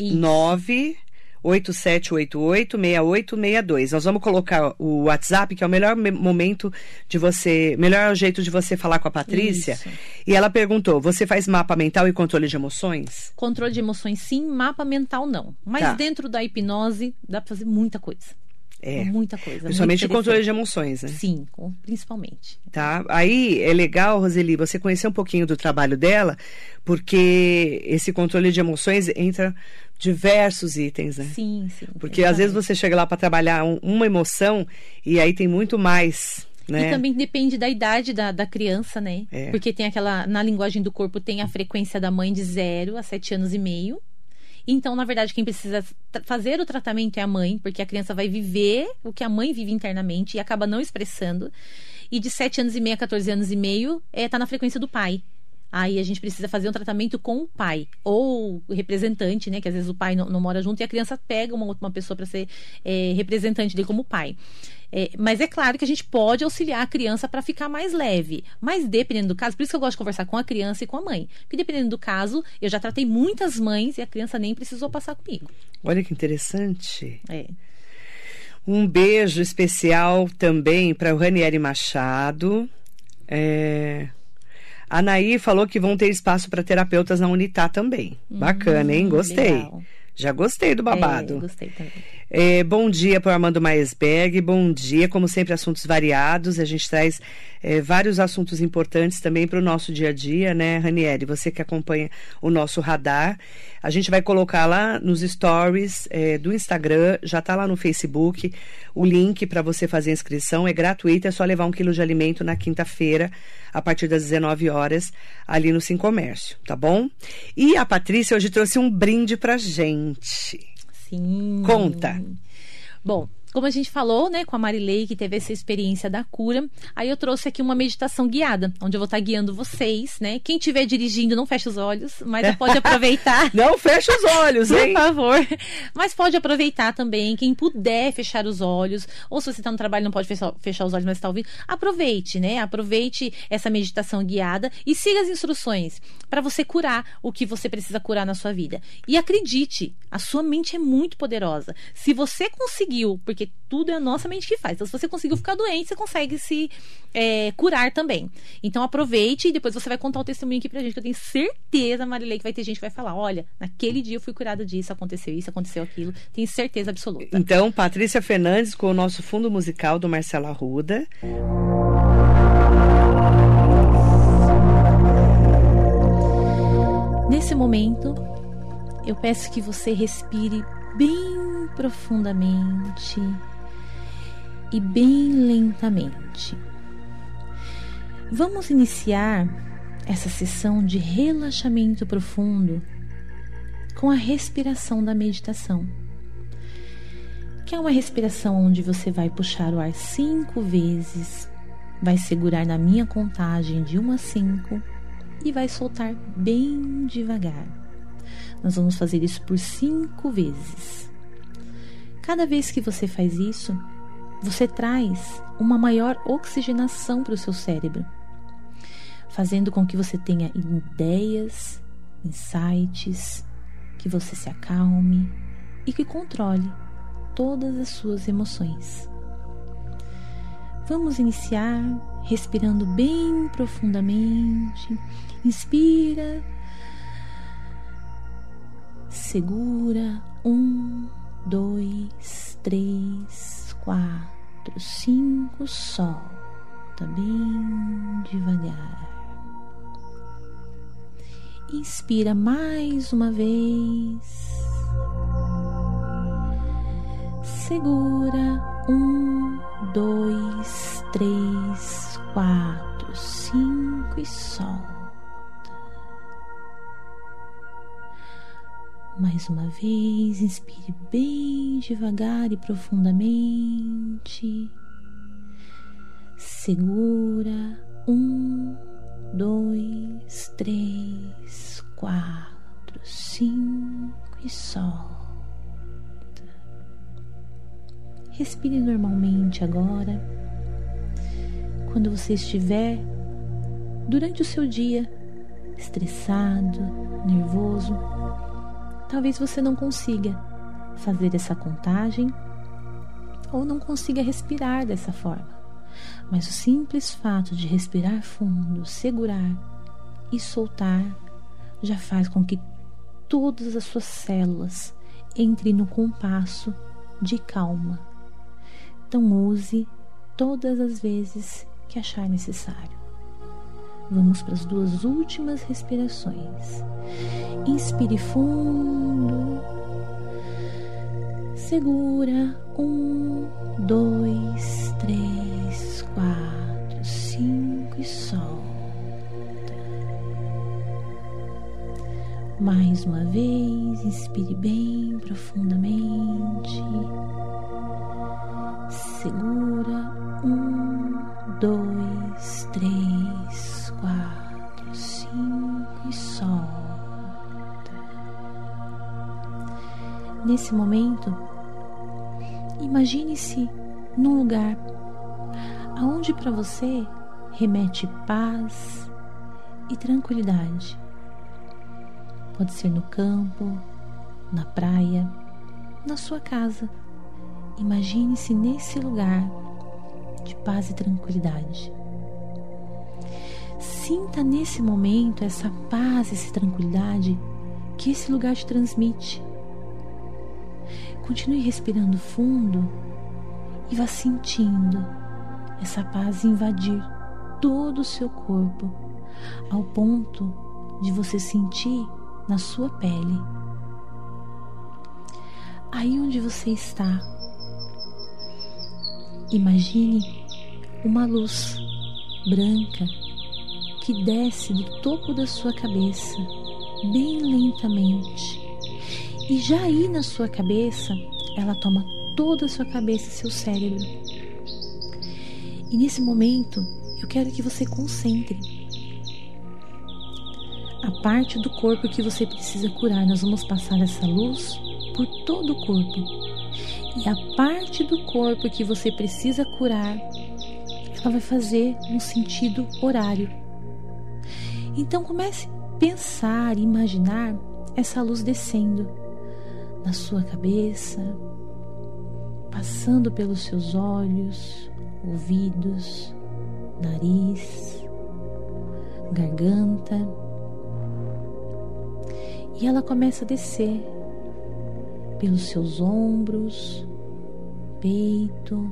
Speaker 2: 98788-6862. Nós vamos colocar o WhatsApp, que é o melhor momento de você, melhor jeito de você falar com a Patrícia.
Speaker 3: Isso. E
Speaker 2: ela perguntou, você faz mapa mental e controle de emoções?
Speaker 3: Controle de emoções sim, mapa mental não. Mas dentro da hipnose dá pra fazer muita coisa. Muita coisa.
Speaker 2: Principalmente o controle de emoções, né?
Speaker 3: Sim, principalmente.
Speaker 2: Tá. Aí é legal, Roseli, você conhecer um pouquinho do trabalho dela, porque esse controle de emoções entra diversos itens, né?
Speaker 3: Sim.
Speaker 2: Porque às vezes você chega lá para trabalhar uma emoção e aí tem muito mais, né?
Speaker 3: E também depende da idade da criança, né? Porque tem na linguagem do corpo tem a frequência da mãe de 0 a 7 anos e meio. Então, na verdade, quem precisa fazer o tratamento é a mãe, porque a criança vai viver o que a mãe vive internamente e acaba não expressando. E de 7 anos e meio a 14 anos e meio, tá na frequência do pai. Aí a gente precisa fazer um tratamento com o pai, ou o representante, né? Que às vezes o pai não mora junto e a criança pega uma pessoa para ser representante dele como pai. Mas é claro que a gente pode auxiliar a criança para ficar mais leve. Mas dependendo do caso, por isso que eu gosto de conversar com a criança e com a mãe. Porque dependendo do caso, eu já tratei muitas mães e a criança nem precisou passar comigo.
Speaker 2: Olha que interessante. Um beijo especial também para o Ranieri Machado. A Anaí falou que vão ter espaço para terapeutas na Unitá também. Bacana, hein? Gostei.
Speaker 3: Legal.
Speaker 2: Já gostei do babado.
Speaker 3: Gostei também.
Speaker 2: Bom dia para o Armando Maesberg. Bom dia, como sempre, assuntos variados. A gente traz vários assuntos importantes também para o nosso dia a dia, né, Ranieri? Você que acompanha o nosso radar. A gente vai colocar lá nos stories do Instagram, já está lá no Facebook, o link para você fazer a inscrição. É gratuito, é só levar 1 quilo de alimento na quinta-feira, a partir das 19 horas, ali no Sim Comércio, tá bom? E a Patrícia hoje trouxe um brinde pra gente.
Speaker 3: Sim.
Speaker 2: Conta.
Speaker 3: Bom, como a gente falou, né, com a Marilei, que teve essa experiência da cura, aí eu trouxe aqui uma meditação guiada, onde eu vou estar guiando vocês, né? Quem estiver dirigindo, não feche os olhos, mas pode aproveitar.
Speaker 2: Não feche os olhos, hein?
Speaker 3: Por favor. Mas pode aproveitar também, quem puder fechar os olhos, ou se você está no trabalho e não pode fechar os olhos, mas está ouvindo, aproveite, né? Aproveite essa meditação guiada e siga as instruções para você curar o que você precisa curar na sua vida. E acredite, a sua mente é muito poderosa. Se você conseguiu, porque tudo é a nossa mente que faz. Então, se você conseguiu ficar doente, você consegue se curar também. Então, aproveite e depois você vai contar o testemunho aqui pra gente, que eu tenho certeza, Marilei, que vai ter gente que vai falar, olha, naquele dia eu fui curada disso, aconteceu isso, aconteceu aquilo. Tenho certeza absoluta.
Speaker 2: Então, Patrícia Fernandes com o nosso fundo musical do Marcelo Arruda.
Speaker 3: Nesse momento, eu peço que você respire bem profundamente e bem lentamente. Vamos iniciar essa sessão de relaxamento profundo com a respiração da meditação. que é uma respiração onde você vai puxar o ar 5 vezes, vai segurar na minha contagem de 1 a 5 e vai soltar bem devagar. Nós vamos fazer isso por 5 vezes. Cada vez que você faz isso, você traz uma maior oxigenação para o seu cérebro, fazendo com que você tenha ideias, insights, que você se acalme e que controle todas as suas emoções. Vamos iniciar respirando bem profundamente. Inspira, segura, 1, 2, 3, 4, 5, solta bem devagar. Inspira mais uma vez. Segura, 1, 2, 3, 4, 5 e solta. Mais uma vez, inspire bem devagar e profundamente. Segura, 1, 2, 3, 4, 5 e solta. Respire normalmente agora. Quando você estiver durante o seu dia estressado, nervoso, talvez você não consiga fazer essa contagem ou não consiga respirar dessa forma. Mas o simples fato de respirar fundo, segurar e soltar já faz com que todas as suas células entrem no compasso de calma. Então use todas as vezes que achar necessário. Vamos para as 2 últimas respirações. Inspire fundo. Segura. 1, 2, 3, 4, 5 e solta. Mais uma vez, inspire bem profundamente. Segura. 1, 2, 3, 4, 5 e solta. Nesse momento, imagine-se num lugar aonde para você remete paz e tranquilidade. Pode ser no campo, na praia, na sua casa. Imagine-se nesse lugar de paz e tranquilidade. Sinta nesse momento essa paz e essa tranquilidade que esse lugar te transmite. Continue respirando fundo e vá sentindo essa paz invadir todo o seu corpo, ao ponto de você sentir na sua pele. Aí onde você está, imagine uma luz branca que desce do topo da sua cabeça bem lentamente. E já aí na sua cabeça, ela toma toda a sua cabeça e seu cérebro. E nesse momento, eu quero que você concentre a parte do corpo que você precisa curar. Nós vamos passar essa luz por todo o corpo. E a parte do corpo que você precisa curar, ela vai fazer um sentido horário. Então comece a pensar e imaginar essa luz descendo na sua cabeça, passando pelos seus olhos, ouvidos, nariz, garganta. E ela começa a descer pelos seus ombros, peito,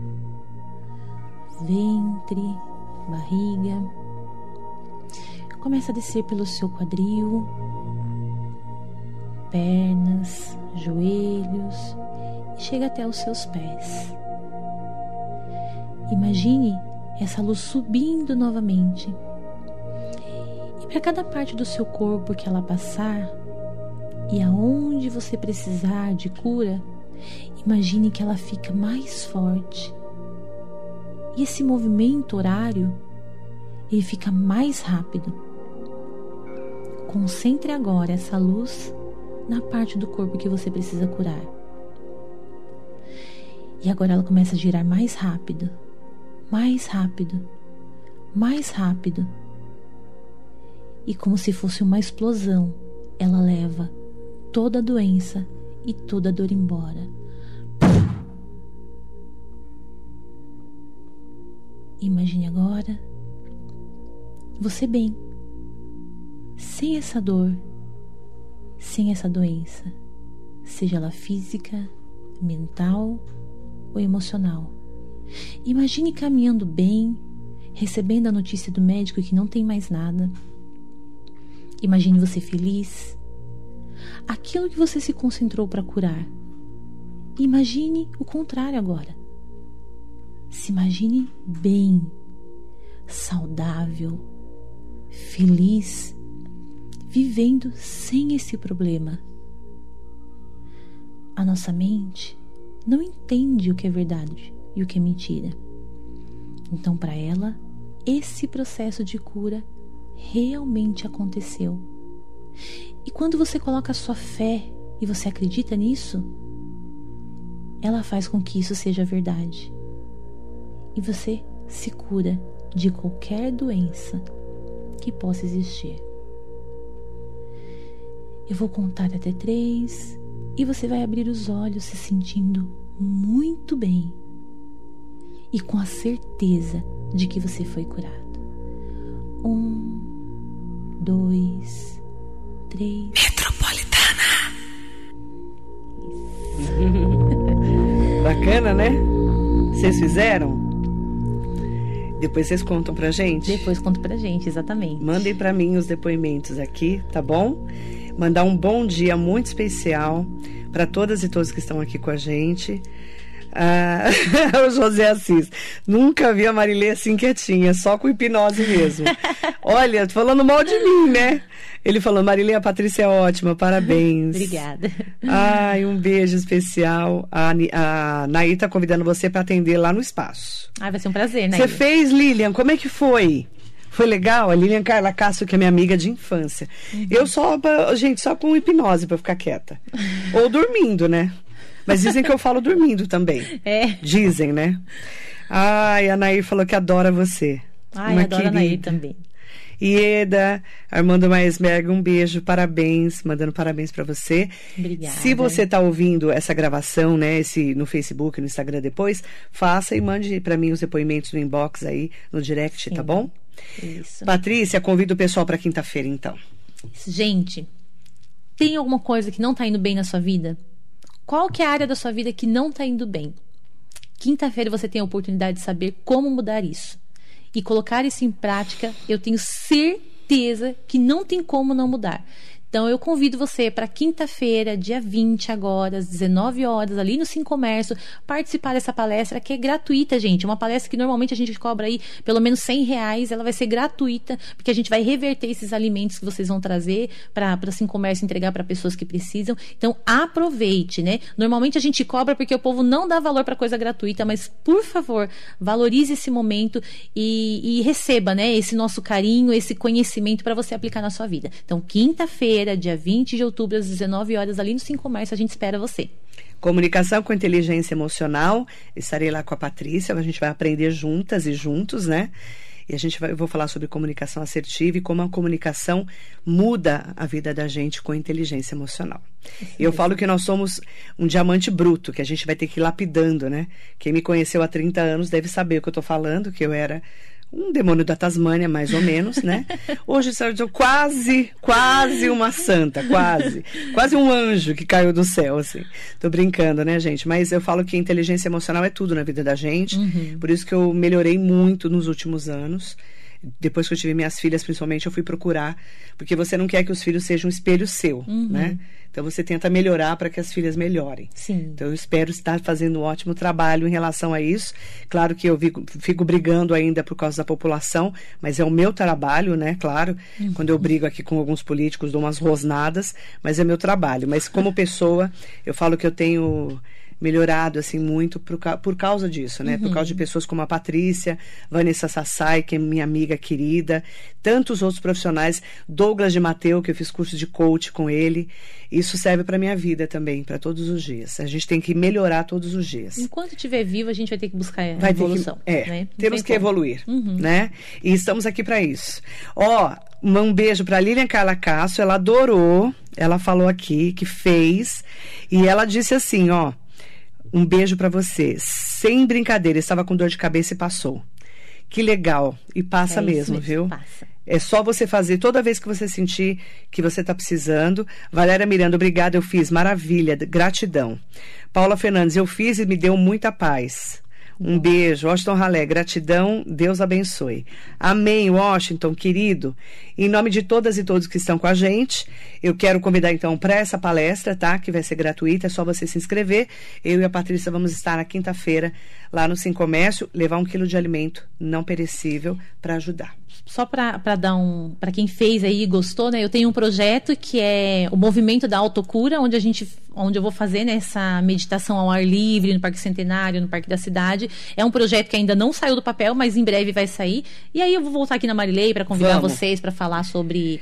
Speaker 3: ventre, barriga. Começa a descer pelo seu quadril, pernas, joelhos e chega até os seus pés. Imagine essa luz subindo novamente. E para cada parte do seu corpo que ela passar e aonde você precisar de cura, Imagine que ela fica mais forte. E esse movimento horário, ele fica mais rápido. Concentre agora essa luz na parte do corpo que você precisa curar. E agora ela começa a girar mais rápido, mais rápido, mais rápido. E como se fosse uma explosão, ela leva toda a doença e toda a dor embora. Imagine agora você bem, sem essa dor, sem essa doença, seja ela física, mental ou emocional. Imagine caminhando bem, recebendo a notícia do médico que não tem mais nada. Imagine você feliz. Aquilo que você se concentrou para curar. Imagine o contrário agora. Se imagine bem, saudável, feliz, vivendo sem esse problema. A nossa mente não entende o que é verdade e o que é mentira. Então, para ela, esse processo de cura realmente aconteceu. E quando você coloca a sua fé e você acredita nisso, ela faz com que isso seja verdade. E você se cura de qualquer doença que possa existir. Eu vou contar até 3 e você vai abrir os olhos se sentindo muito bem e com a certeza de que você foi curado. 1, 2, 3.
Speaker 2: Metropolitana. Bacana, né? Vocês fizeram? Depois vocês contam pra gente?
Speaker 3: Depois conto pra gente, exatamente.
Speaker 2: Mandem pra mim os depoimentos aqui, tá bom? Mandar um bom dia muito especial para todas e todos que estão aqui com a gente. O José Assis, nunca vi a Marilê assim quietinha, só com hipnose mesmo. Olha, falando mal de mim, né? Ele falou: Marilê, a Patrícia é ótima, parabéns.
Speaker 3: Obrigada.
Speaker 2: Ai, um beijo especial. A Naí tá convidando você para atender lá no espaço.
Speaker 3: Vai ser um prazer, né?
Speaker 2: Você fez, Lilian? Como é que foi? Foi legal? A Lilian Carla Castro, que é minha amiga de infância. Eu só com hipnose para ficar quieta. Ou dormindo, né? Mas dizem que eu falo dormindo também.
Speaker 3: É.
Speaker 2: Dizem, né? Ai, a Nair falou que adora você.
Speaker 3: Ai, adoro a Nair também.
Speaker 2: Ieda, Armando Maesberg, um beijo, parabéns, mandando parabéns pra você.
Speaker 3: Obrigada.
Speaker 2: Se você tá ouvindo essa gravação, né, no Facebook, no Instagram depois, faça e mande pra mim os depoimentos no inbox aí, no direct,
Speaker 3: Sim.
Speaker 2: tá bom?
Speaker 3: Isso.
Speaker 2: Patrícia, convida o pessoal pra quinta-feira, então.
Speaker 3: Gente, tem alguma coisa que não tá indo bem na sua vida? Qual que é a área da sua vida que não tá indo bem? Quinta-feira você tem a oportunidade de saber como mudar isso. E colocar isso em prática, eu tenho certeza que não tem como não mudar. Então, eu convido você para quinta-feira, dia 20 agora, às 19 horas, ali no Sim Comércio, participar dessa palestra que é gratuita, gente. Uma palestra que normalmente a gente cobra aí pelo menos R$100, ela vai ser gratuita, porque a gente vai reverter esses alimentos que vocês vão trazer para o Sim Comércio entregar para pessoas que precisam. Então, aproveite, né? Normalmente a gente cobra porque o povo não dá valor para coisa gratuita, mas, por favor, valorize esse momento e receba, né, esse nosso carinho, esse conhecimento para você aplicar na sua vida. Então, quinta-feira, dia 20 de outubro, às 19 horas, ali no Sim Comércio, a gente espera você.
Speaker 2: Comunicação com inteligência emocional, estarei lá com a Patrícia, a gente vai aprender juntas e juntos, né? E eu vou falar sobre comunicação assertiva e como a comunicação muda a vida da gente com inteligência emocional. E eu falo que nós somos um diamante bruto, que a gente vai ter que ir lapidando, né? Quem me conheceu há 30 anos deve saber o que eu tô falando, que eu era um demônio da Tasmânia, mais ou menos, né? Hoje eu sou quase uma santa, quase um anjo que caiu do céu, assim. Tô brincando, né, gente? Mas eu falo que inteligência emocional é tudo na vida da gente, por isso que eu melhorei muito nos últimos anos. Depois que eu tive minhas filhas, principalmente, eu fui procurar, porque você não quer que os filhos sejam um espelho seu, né? Então você tenta melhorar para que as filhas melhorem.
Speaker 3: Sim.
Speaker 2: Então eu espero estar fazendo um ótimo trabalho em relação a isso. Claro que eu fico brigando ainda por causa da população, mas é o meu trabalho, né? Claro, quando eu brigo aqui com alguns políticos, dou umas rosnadas, mas é meu trabalho. Mas como pessoa, eu falo que eu tenho melhorado, assim, muito por causa disso, né? Por causa de pessoas como a Patrícia, Vanessa Sassai, que é minha amiga querida, tantos outros profissionais, Douglas de Mateu, que eu fiz curso de coach com ele. Isso serve para minha vida também, para todos os dias. A gente tem que melhorar todos os dias.
Speaker 3: Enquanto estiver vivo, a gente vai ter que buscar a evolução. Né?
Speaker 2: Temos que evoluir, né? E estamos aqui para isso. Um beijo para Lilian Carla Castro, ela adorou, ela falou aqui que fez, e ela disse assim, um beijo para você, sem brincadeira, estava com dor de cabeça e passou. Que legal, e passa mesmo, viu?
Speaker 3: Passa.
Speaker 2: É só você fazer toda vez que você sentir que você está precisando. Valéria Miranda, obrigada, eu fiz, maravilha, gratidão. Paula Fernandes, eu fiz e me deu muita paz. Um beijo, Washington Ralé, gratidão, Deus abençoe. Amém, Washington, querido. Em nome de todas e todos que estão com a gente, eu quero convidar então para essa palestra, tá? Que vai ser gratuita, é só você se inscrever. Eu e a Patrícia vamos estar na quinta-feira lá no Sim Comércio, levar 1 quilo de alimento não perecível para ajudar.
Speaker 3: Só para dar para quem fez aí e gostou, né? Eu tenho um projeto que é o Movimento da Autocura, onde eu vou fazer, né, essa meditação ao ar livre no Parque Centenário, no Parque da Cidade. É um projeto que ainda não saiu do papel, mas em breve vai sair. E aí eu vou voltar aqui na Marilei para convidar vocês para falar sobre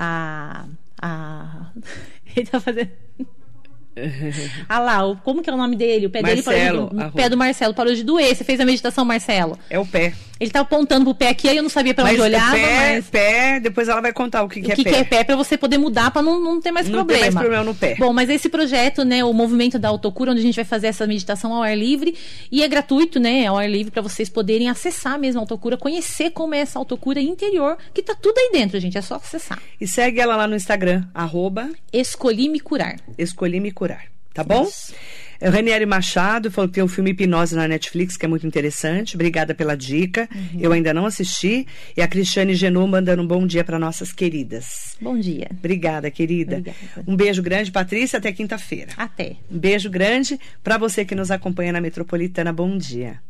Speaker 3: ele tá fazendo como que é o nome dele? O pé
Speaker 2: Marcelo,
Speaker 3: dele o pé do Marcelo parou de doer. Você fez a meditação, Marcelo?
Speaker 2: É o pé.
Speaker 3: Ele tá apontando pro pé aqui, aí eu não sabia pra onde olhava.
Speaker 2: Pé, depois ela vai contar o que é pé.
Speaker 3: O que é pé, pra você poder mudar, pra não ter mais problema.
Speaker 2: Não ter mais problema no pé.
Speaker 3: Bom, mas esse projeto, né, o Movimento da Autocura, onde a gente vai fazer essa meditação ao ar livre, e é gratuito, né, ao ar livre, pra vocês poderem acessar mesmo a autocura, conhecer como é essa autocura interior, que tá tudo aí dentro, gente, é só acessar.
Speaker 2: E segue ela lá no Instagram,
Speaker 3: Escolhi Me Curar.
Speaker 2: Escolhi Me Curar. Tá bom? O Ranieri Machado falou que tem um filme Hipnose na Netflix, que é muito interessante. Obrigada pela dica. Eu ainda não assisti. E a Cristiane Genô mandando um bom dia para nossas queridas.
Speaker 3: Bom dia.
Speaker 2: Obrigada, querida.
Speaker 3: Obrigada.
Speaker 2: Um beijo grande, Patrícia. Até quinta-feira.
Speaker 3: Até.
Speaker 2: Um beijo grande para você que nos acompanha na Metropolitana. Bom dia.